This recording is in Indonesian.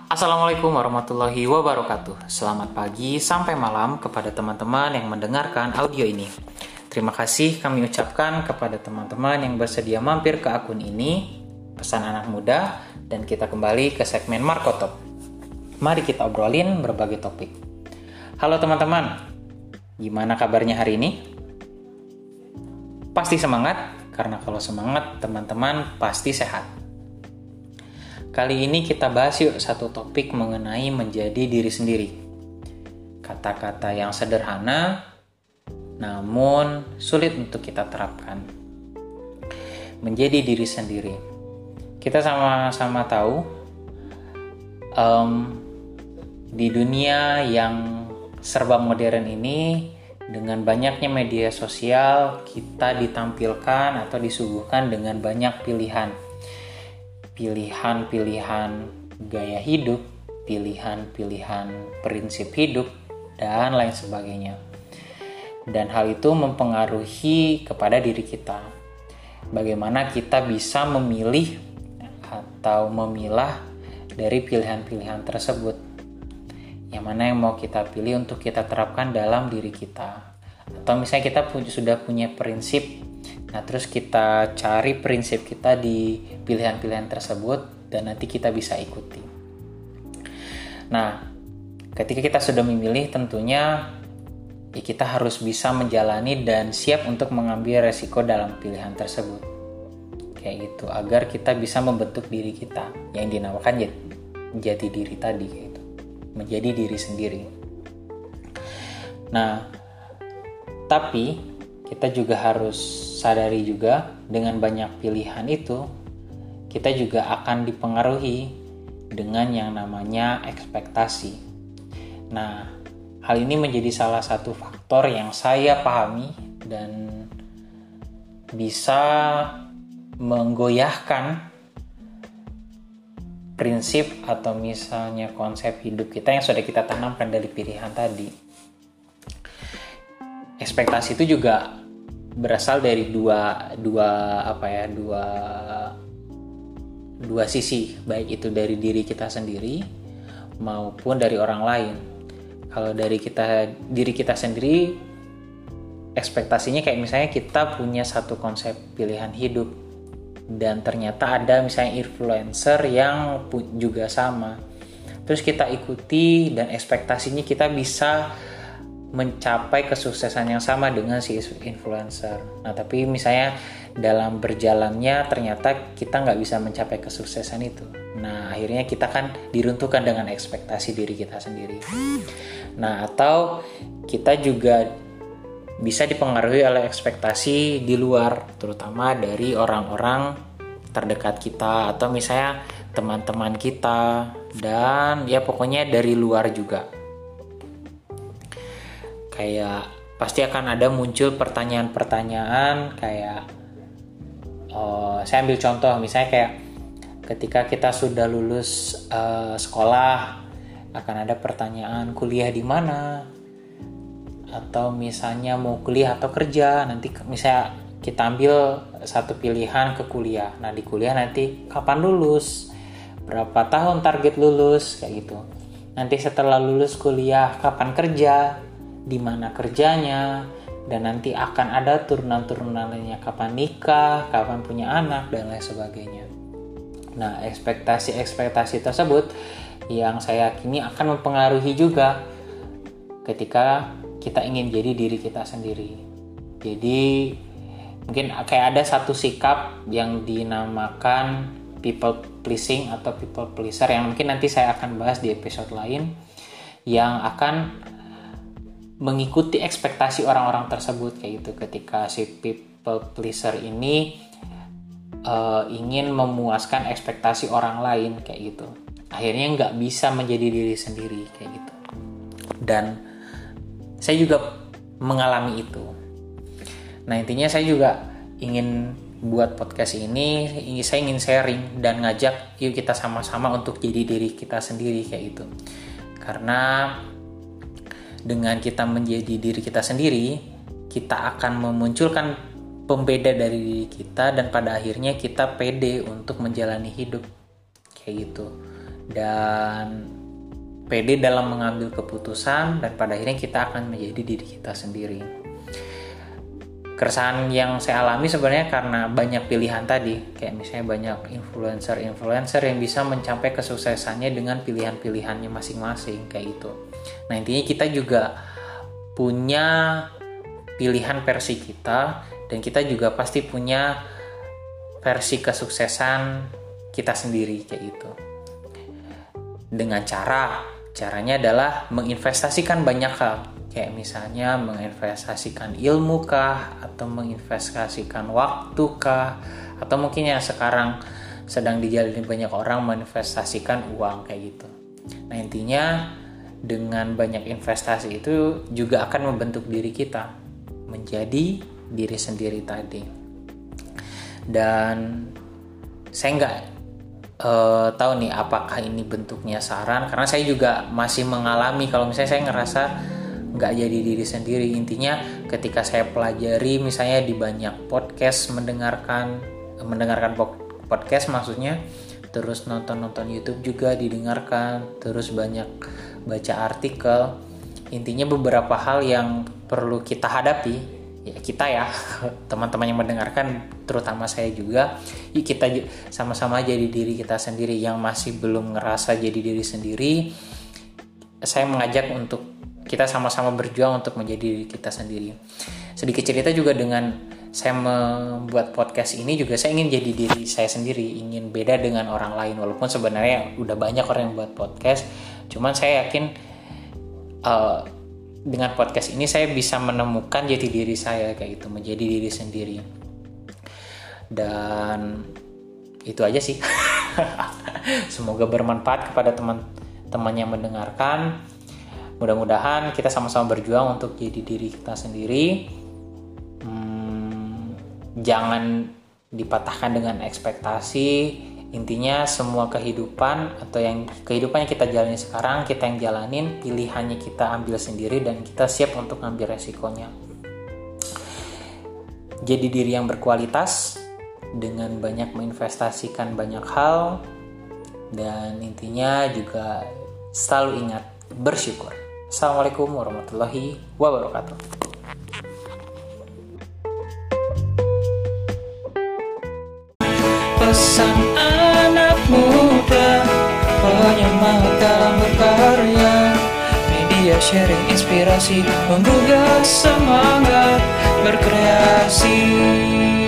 Assalamualaikum warahmatullahi wabarakatuh. Selamat pagi sampai malam kepada teman-teman yang mendengarkan audio ini. Terima kasih kami ucapkan kepada teman-teman yang bersedia mampir ke akun ini, Pesan Anak Muda, dan kita kembali ke segmen Markotop. Mari kita obrolin berbagai topik. Halo teman-teman, gimana kabarnya hari ini? Pasti semangat, karena kalau semangat teman-teman pasti sehat. Kali ini kita bahas yuk satu topik mengenai menjadi diri sendiri. Kata-kata yang sederhana, namun sulit untuk kita terapkan. Menjadi diri sendiri. Kita sama-sama tahu, di dunia yang serba modern ini, dengan banyaknya media sosial, kita ditampilkan atau disuguhkan dengan banyak pilihan gaya hidup, pilihan prinsip hidup, dan lain sebagainya. Dan hal itu mempengaruhi kepada diri kita. Bagaimana kita bisa memilih atau memilah dari pilihan-pilihan tersebut. Yang mana yang mau kita pilih untuk kita terapkan dalam diri kita. Atau misalnya kita sudah punya prinsip, nah terus kita cari prinsip kita di pilihan-pilihan tersebut dan nanti kita bisa ikuti. Nah, ketika kita sudah memilih tentunya ya kita harus bisa menjalani dan siap untuk mengambil resiko dalam pilihan tersebut. Kayak gitu, agar kita bisa membentuk diri kita yang dinamakan jati diri tadi, kayak gitu. Menjadi diri sendiri. Nah, tapi kita juga harus sadari juga dengan banyak pilihan itu, kita juga akan dipengaruhi dengan yang namanya ekspektasi. Nah, hal ini menjadi salah satu faktor yang saya pahami dan bisa menggoyahkan prinsip atau misalnya konsep hidup kita yang sudah kita tanamkan dari pilihan tadi. Ekspektasi itu juga berasal dari dua sisi, baik itu dari diri kita sendiri maupun dari orang lain. Kalau dari diri kita sendiri, ekspektasinya kayak misalnya kita punya satu konsep pilihan hidup dan ternyata ada misalnya influencer yang juga sama. Terus kita ikuti dan ekspektasinya kita bisa mencapai kesuksesan yang sama dengan si influencer. Nah, tapi misalnya dalam berjalannya ternyata kita nggak bisa mencapai kesuksesan itu. Nah, akhirnya kita kan diruntuhkan dengan ekspektasi diri kita sendiri. Nah, atau kita juga bisa dipengaruhi oleh ekspektasi di luar, terutama dari orang-orang terdekat kita atau misalnya teman-teman kita dan ya pokoknya dari luar juga. Kayak pasti akan ada muncul pertanyaan-pertanyaan kayak saya ambil contoh misalnya kayak ketika kita sudah lulus sekolah akan ada pertanyaan kuliah di mana, atau misalnya mau kuliah atau kerja. Nanti misalnya kita ambil satu pilihan ke kuliah, nah di kuliah nanti kapan lulus, berapa tahun target lulus, kayak gitu. Nanti setelah lulus kuliah kapan kerja, di mana kerjanya, dan nanti akan ada turunan-turunannya, kapan nikah, kapan punya anak, dan lain sebagainya. Nah, ekspektasi tersebut yang saya yakini akan mempengaruhi juga ketika kita ingin jadi diri kita sendiri. Jadi mungkin kayak ada satu sikap yang dinamakan people pleasing atau people pleaser yang mungkin nanti saya akan bahas di episode lain, yang akan mengikuti ekspektasi orang-orang tersebut kayak gitu. Ketika si people pleaser ini ingin memuaskan ekspektasi orang lain kayak gitu, akhirnya nggak bisa menjadi diri sendiri kayak gitu. Dan saya juga mengalami itu. Nah, intinya saya juga ingin buat podcast ini, saya ingin sharing dan ngajak yuk kita sama-sama untuk jadi diri kita sendiri kayak gitu. Karena dengan kita menjadi diri kita sendiri, kita akan memunculkan pembeda dari diri kita dan pada akhirnya kita pede untuk menjalani hidup kayak gitu. dan pede dalam mengambil keputusan, dan pada akhirnya kita akan menjadi diri kita sendiri. Keresahan yang saya alami sebenarnya karena banyak pilihan tadi, kayak misalnya banyak influencer yang bisa mencapai kesuksesannya dengan pilihan-pilihannya masing-masing kayak gitu. Nah, intinya kita juga punya pilihan versi kita, dan kita juga pasti punya versi kesuksesan kita sendiri kayak gitu. Dengan caranya adalah menginvestasikan banyak hal. Kayak misalnya menginvestasikan ilmu kah, atau menginvestasikan waktu kah, atau mungkin yang sekarang sedang dijalani banyak orang menginvestasikan uang kayak gitu. Nah, intinya dengan banyak investasi itu juga akan membentuk diri kita menjadi diri sendiri tadi. Dan saya nggak tahu nih apakah ini bentuknya saran, karena saya juga masih mengalami kalau misalnya saya ngerasa nggak jadi diri sendiri. Intinya ketika saya pelajari misalnya di banyak podcast, mendengarkan podcast maksudnya, terus nonton YouTube juga didengarkan, terus banyak baca artikel. Intinya beberapa hal yang perlu kita hadapi, teman-teman yang mendengarkan, terutama saya juga, yuk kita sama-sama jadi diri kita sendiri. Yang masih belum ngerasa jadi diri sendiri, saya mengajak untuk kita sama-sama berjuang untuk menjadi diri kita sendiri. Sedikit cerita juga, dengan saya membuat podcast ini juga saya ingin jadi diri saya sendiri, ingin beda dengan orang lain. Walaupun sebenarnya udah banyak orang yang buat podcast, cuman saya yakin dengan podcast ini saya bisa menemukan jati diri saya kayak gitu, menjadi diri sendiri. Dan itu aja sih. Semoga bermanfaat kepada teman-teman yang mendengarkan. Mudah-mudahan kita sama-sama berjuang untuk jadi diri kita sendiri. Jangan dipatahkan dengan ekspektasi. Intinya semua kehidupan yang kita jalani sekarang, kita yang jalanin, pilihannya kita ambil sendiri, dan kita siap untuk ambil resikonya. Jadi diri yang berkualitas dengan banyak menginvestasikan banyak hal, dan intinya juga selalu ingat bersyukur. Assalamualaikum warahmatullahi wabarakatuh. Pesan anak muda, penyemangat dalam berkarya, media sharing inspirasi, menggugah semangat berkreasi.